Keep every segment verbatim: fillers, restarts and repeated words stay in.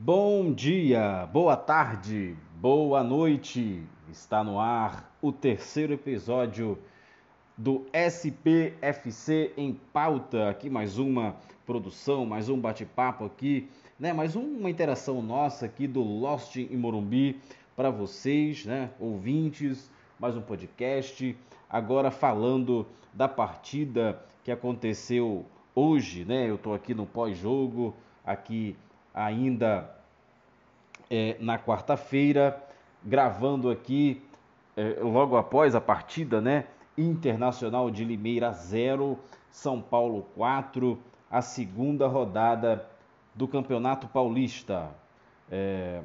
Bom dia, boa tarde, boa noite. Está no ar o terceiro episódio do S P F C em pauta. Aqui mais uma produção, mais um bate-papo aqui, né? Mais uma interação nossa aqui do Lost em Morumbi para vocês, né? Ouvintes, mais um podcast. Agora falando da partida que aconteceu hoje, né? Eu estou aqui no pós-jogo, aqui ainda é, na quarta-feira, gravando aqui é, logo após a partida, né? Internacional de Limeira zero, São Paulo quatro, a segunda rodada do Campeonato Paulista. É,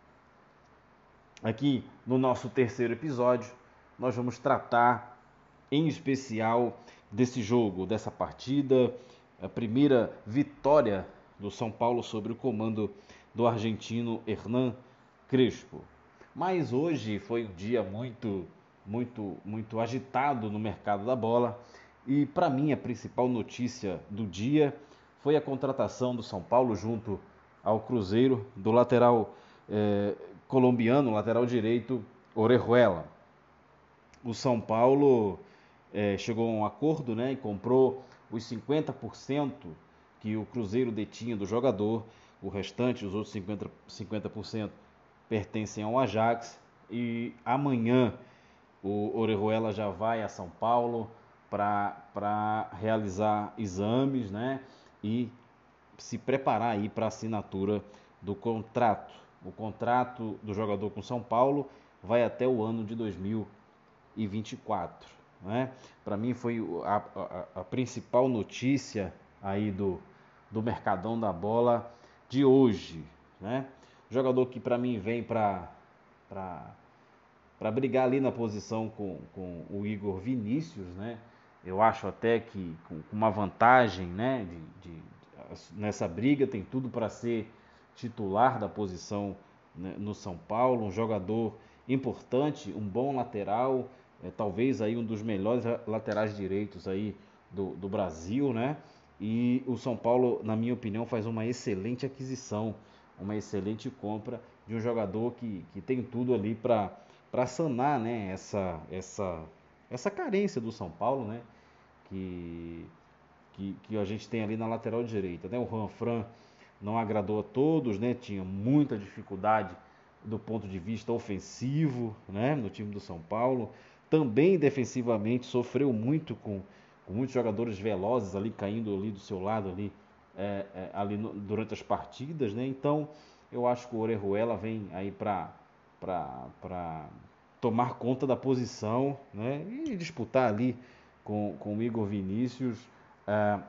aqui no nosso terceiro episódio, nós vamos tratar em especial desse jogo, dessa partida, a primeira vitória do São Paulo sobre o comando do argentino Hernan Crespo. Mas hoje foi um dia muito, muito, muito agitado no mercado da bola e para mim a principal notícia do dia foi a contratação do São Paulo junto ao Cruzeiro do lateral eh, colombiano, lateral direito Orejuela. O São Paulo eh, chegou a um acordo, né, e comprou os cinquenta por cento que o Cruzeiro detinha do jogador, o restante, os outros cinquenta, cinquenta por cento pertencem ao Ajax, e amanhã o Orejuela já vai a São Paulo para realizar exames, né, e se preparar aí para a assinatura do contrato. O contrato do jogador com São Paulo vai até o ano de dois mil e vinte e quatro. Né? Para mim foi a, a, a, principal notícia aí do, do mercadão da bola de hoje. Né? Jogador que para mim vem para para brigar ali na posição com, com o Igor Vinícius, né? Eu acho até que com uma vantagem, né, de, de, nessa briga, tem tudo para ser titular da posição, né, no São Paulo, um jogador importante, um bom lateral, é, talvez aí um dos melhores laterais direitos aí do, do Brasil, né? E o São Paulo, na minha opinião, faz uma excelente aquisição, uma excelente compra de um jogador que, que tem tudo ali para para sanar, né, essa, essa, essa carência do São Paulo, né, que, que, que a gente tem ali na lateral direita. Né? O Ranfran não agradou a todos, né, tinha muita dificuldade do ponto de vista ofensivo, né, no time do São Paulo. Também defensivamente sofreu muito com, com muitos jogadores velozes ali caindo ali do seu lado ali, é, é, ali no, durante as partidas, né? Então eu acho que o Orejuela vem aí para para tomar conta da posição, né, e disputar ali com, com o Igor Vinícius é,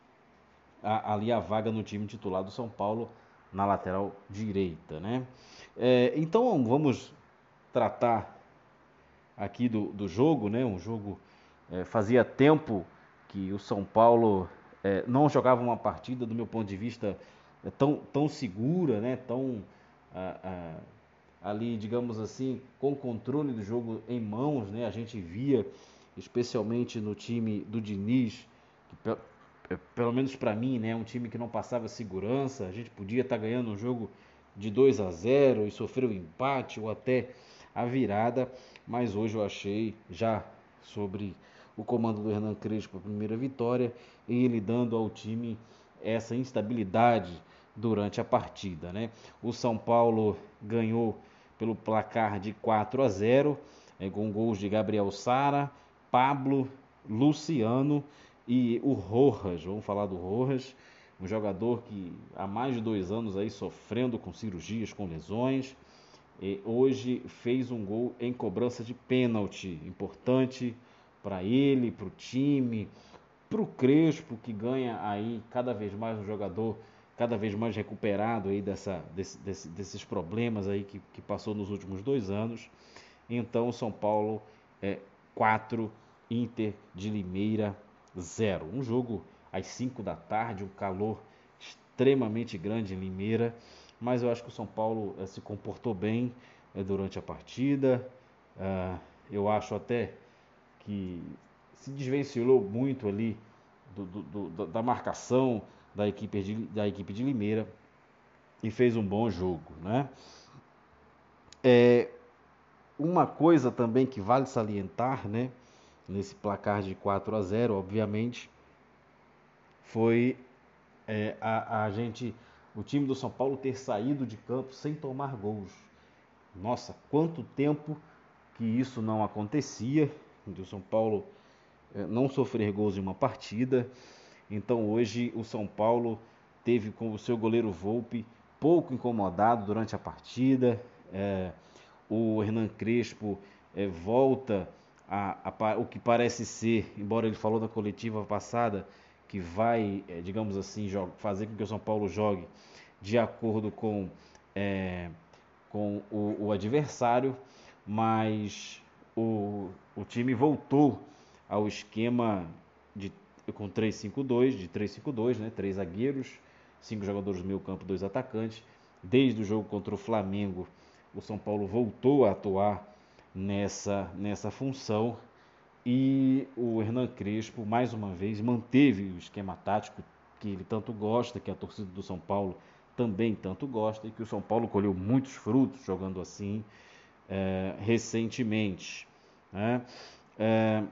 a, ali a vaga no time titular do São Paulo na lateral direita. Né? É, então vamos tratar aqui do, do jogo, né? Um jogo é, fazia tempo que o São Paulo é, não jogava uma partida, do meu ponto de vista, é, tão, tão segura, né? Tão ah, ah, ali, digamos assim, com controle do jogo em mãos, né? A gente via, especialmente no time do Diniz, que pelo menos para mim, né, um time que não passava segurança. A gente podia estar tá ganhando um jogo de dois a zero e sofrer o empate ou até a virada, mas hoje eu achei, já sobre o comando do Hernan Crespo, a primeira vitória, e ele dando ao time essa instabilidade durante a partida. Né? O São Paulo ganhou pelo placar de quatro a zero, é, com gols de Gabriel Sara, Pablo, Luciano e o Rojas. Vamos falar do Rojas, um jogador que há mais de dois anos aí sofrendo com cirurgias, com lesões. E hoje fez um gol em cobrança de pênalti, importante para ele, para o time, para o Crespo, que ganha aí cada vez mais um jogador cada vez mais recuperado aí dessa, desse, desse, desses problemas aí que, que passou nos últimos dois anos. Então o São Paulo é quatro, Inter de Limeira zero. Um jogo às cinco da tarde, um calor extremamente grande em Limeira, mas eu acho que o São Paulo é, se comportou bem é, durante a partida. Uh, eu acho até que se desvencilhou muito ali do, do, do, da marcação da equipe, de, da equipe de Limeira e fez um bom jogo, né? É, uma coisa também que vale salientar, né, nesse placar de quatro a zero, obviamente, foi é, a, a gente, o time do São Paulo ter saído de campo sem tomar gols. Nossa, quanto tempo que isso não acontecia, do São Paulo é, não sofrer gols em uma partida. Então hoje o São Paulo teve com o seu goleiro Volpi pouco incomodado durante a partida. É, o Hernan Crespo é, volta a, a, o que parece ser, embora ele falou na coletiva passada, que vai, é, digamos assim, joga, fazer com que o São Paulo jogue de acordo com, é, com o, o adversário, mas o, o time voltou ao esquema de, com três cinco dois, de três cinco dois, né? Três zagueiros, cinco jogadores do meio campo, dois atacantes. Desde o jogo contra o Flamengo, o São Paulo voltou a atuar nessa, nessa função e o Hernan Crespo, mais uma vez, manteve o esquema tático que ele tanto gosta, que a torcida do São Paulo também tanto gosta e que o São Paulo colheu muitos frutos jogando assim é, recentemente. Né? É,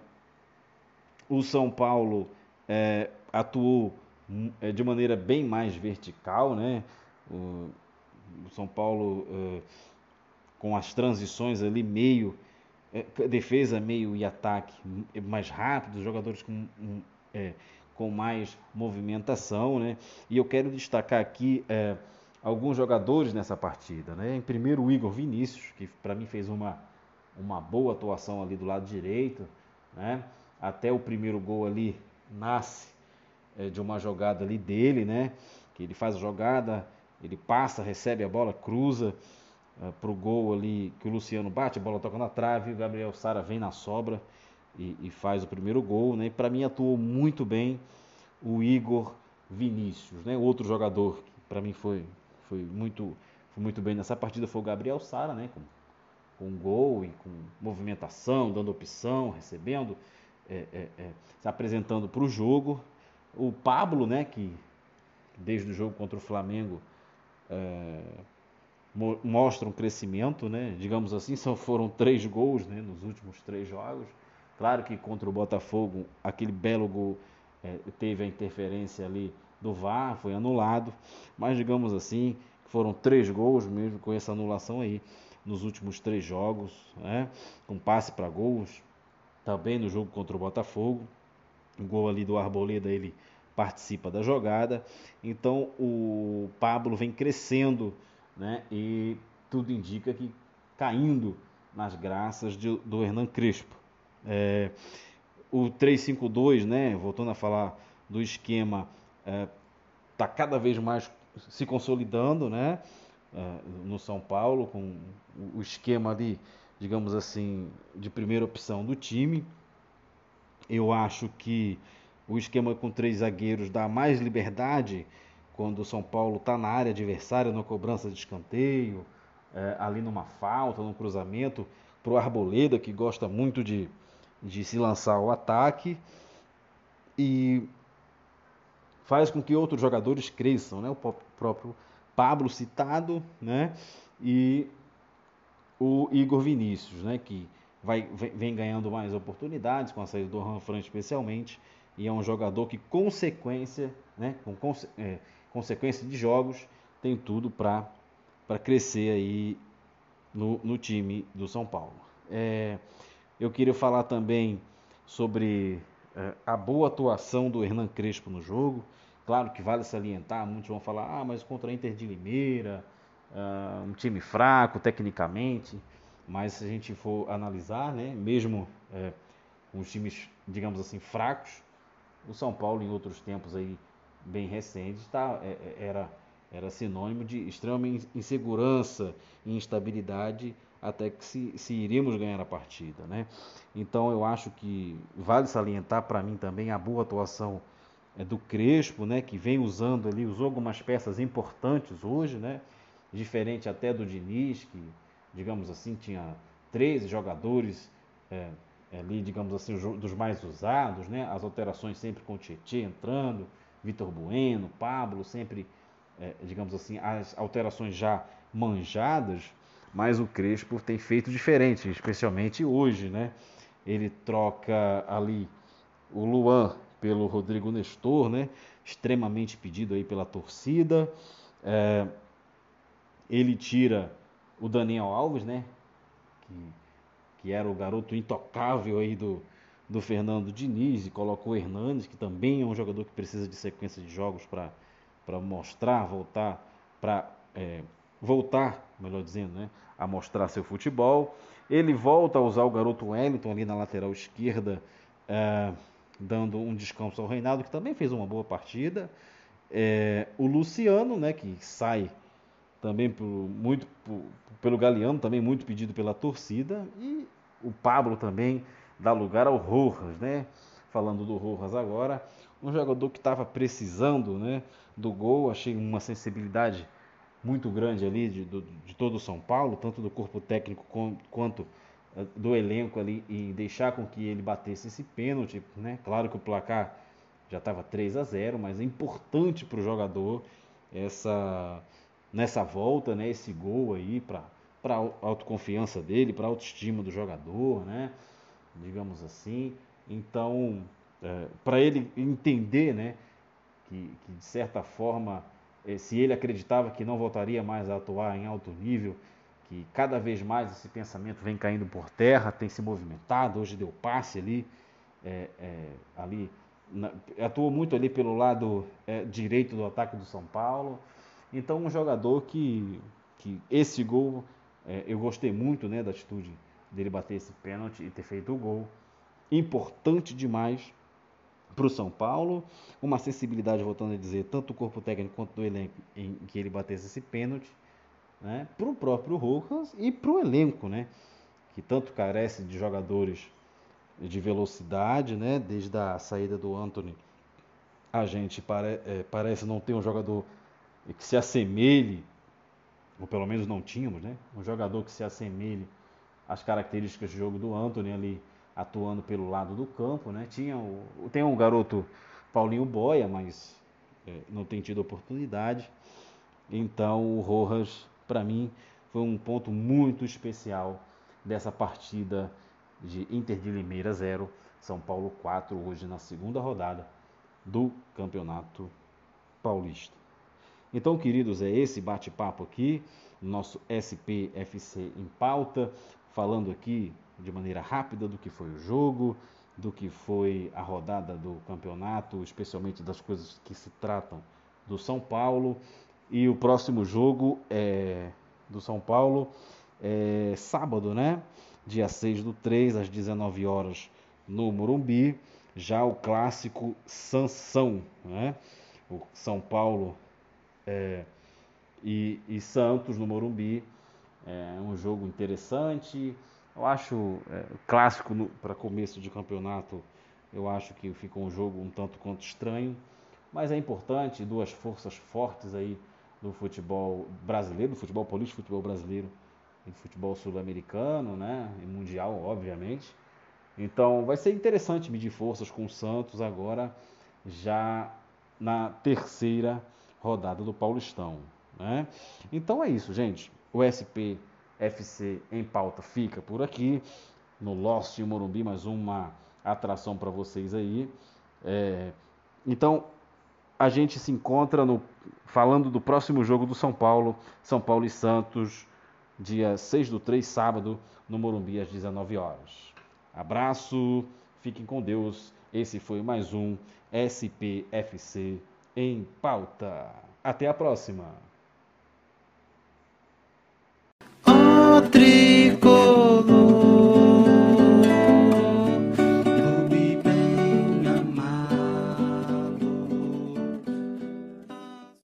o São Paulo é, atuou é, de maneira bem mais vertical, né? O, o São Paulo é, com as transições ali meio é, defesa meio e ataque mais rápido, jogadores com, um, é, com mais movimentação, né? E eu quero destacar aqui é, alguns jogadores nessa partida, né? Em primeiro o Igor Vinícius, que para mim fez uma, uma boa atuação ali do lado direito, né? Até o primeiro gol ali nasce é, de uma jogada ali dele, né? Que ele faz a jogada, ele passa, recebe a bola, cruza uh, pro gol ali que o Luciano bate, a bola toca na trave, o Gabriel Sara vem na sobra e, e faz o primeiro gol, né? E para mim atuou muito bem o Igor Vinícius, né? Outro jogador que para mim foi, foi, muito, foi muito bem nessa partida foi o Gabriel Sara, né? Com, com gol e com movimentação, dando opção, recebendo, é, é, é, se apresentando para o jogo. O Pablo, né? Que desde o jogo contra o Flamengo é, mostra um crescimento, né? Digamos assim, só foram três gols, né, nos últimos três jogos. Claro que contra o Botafogo, aquele belo gol é, teve a interferência ali do V A R, foi anulado, mas digamos assim, foram três gols mesmo com essa anulação aí nos últimos três jogos, né? Com passe para gols, também no jogo contra o Botafogo, o gol ali do Arboleda, ele participa da jogada. Então o Pablo vem crescendo, né? E tudo indica que caindo nas graças de, do Hernan Crespo. É, o três cinco dois, né? Voltando a falar do esquema, está é, cada vez mais se consolidando, né? É, no São Paulo, com o esquema ali, digamos assim, de primeira opção do time. Eu acho que o esquema com três zagueiros dá mais liberdade quando o São Paulo está na área adversária, na cobrança de escanteio, é, ali numa falta, num cruzamento, para o Arboleda, que gosta muito de, de se lançar ao ataque, e faz com que outros jogadores cresçam, né? O próprio Pablo citado, né? E o Igor Vinícius, né? Que vai, vem ganhando mais oportunidades com a saída do Ranfran especialmente, e é um jogador que consequência, né, com conse é, consequência de jogos, tem tudo para crescer aí no, no time do São Paulo. É, eu queria falar também sobre é, a boa atuação do Hernan Crespo no jogo. Claro que vale salientar, muitos vão falar, ah, mas contra a Inter de Limeira, uh, um time fraco tecnicamente, mas se a gente for analisar, né, mesmo é, com os times, digamos assim, fracos, o São Paulo em outros tempos aí bem recentes tá, é, era, era sinônimo de extrema insegurança e instabilidade até que se, se iríamos ganhar a partida, né? Então eu acho que vale salientar para mim também a boa atuação é, do Crespo, né, que vem usando ali, usou algumas peças importantes hoje, né, diferente até do Diniz, que, digamos assim, tinha treze jogadores é, ali, digamos assim, dos mais usados, né, as alterações sempre com o Tietê entrando, Vitor Bueno, Pablo, sempre é, digamos assim, as alterações já manjadas, mas o Crespo tem feito diferente, especialmente hoje, né? Ele troca ali o Luan pelo Rodrigo Nestor, né? Extremamente pedido aí pela torcida. É, ele tira o Daniel Alves, né? Que, que era o garoto intocável aí do, do Fernando Diniz, e colocou o Hernanes, que também é um jogador que precisa de sequência de jogos para mostrar, voltar, para é, voltar, melhor dizendo, né? A mostrar seu futebol. Ele volta a usar o garoto Wellington ali na lateral esquerda, é, dando um descanso ao Reinaldo, que também fez uma boa partida. É, o Luciano, né, que sai também por, muito por, pelo Galeano, também muito pedido pela torcida. E o Pablo também dá lugar ao Rojas, né? Falando do Rojas agora, um jogador que estava precisando, né, do gol. Achei uma sensibilidade muito grande ali de, de, de todo o São Paulo, tanto do corpo técnico com, quanto uh, do elenco ali, em deixar com que ele batesse esse pênalti, né? Claro que o placar já estava três a zero, mas é importante para o jogador essa nessa volta, né, esse gol aí para para a autoconfiança dele, para a autoestima do jogador, né? Digamos assim. Então, é, para ele entender, né, que, que de certa forma, eh, se ele acreditava que não voltaria mais a atuar em alto nível, que cada vez mais esse pensamento vem caindo por terra, tem se movimentado. Hoje deu passe ali, é, é, ali na, atuou muito ali pelo lado é, direito do ataque do São Paulo. Então, um jogador que, que esse gol, é, eu gostei muito, né, da atitude dele bater esse pênalti e ter feito o gol. Importante demais para o São Paulo, uma sensibilidade, voltando a dizer, tanto do corpo técnico quanto do elenco, em que ele batesse esse pênalti, né, para o próprio Rojas e para o elenco, né, que tanto carece de jogadores de velocidade, né, desde a saída do Antony. A gente pare, é, parece não ter um jogador que se assemelhe, ou pelo menos não tínhamos, né, um jogador que se assemelhe às características de jogo do Antony ali, atuando pelo lado do campo, né? Tinha o, tem um garoto Paulinho Boia, mas é, não tem tido oportunidade. Então o Rojas, para mim, foi um ponto muito especial dessa partida de Inter de Limeira zero, São Paulo quatro, hoje na segunda rodada do Campeonato Paulista. Então, queridos, é esse bate-papo aqui, nosso S P F C em pauta, falando aqui de maneira rápida do que foi o jogo, do que foi a rodada do campeonato, especialmente das coisas que se tratam do São Paulo. E o próximo jogo é do São Paulo é sábado, né? Dia seis do três, às dezenove horas, no Morumbi. Já o clássico Sansão, né? O São Paulo é, e, e Santos no Morumbi. É um jogo interessante. Eu acho é, clássico para começo de campeonato. Eu acho que ficou um jogo um tanto quanto estranho, mas é importante. Duas forças fortes aí do futebol brasileiro, do futebol político, do futebol brasileiro e do futebol sul-americano, né? E mundial, obviamente. Então vai ser interessante medir forças com o Santos agora, já na terceira rodada do Paulistão, né? Então é isso, gente. O S P F C em pauta fica por aqui. No Lost em Morumbi, mais uma atração para vocês aí. É, então a gente se encontra no, falando do próximo jogo do São Paulo, São Paulo e Santos, dia seis do três, sábado, no Morumbi, às dezenove horas. Abraço, fiquem com Deus. Esse foi mais um S P F C em pauta. Até a próxima.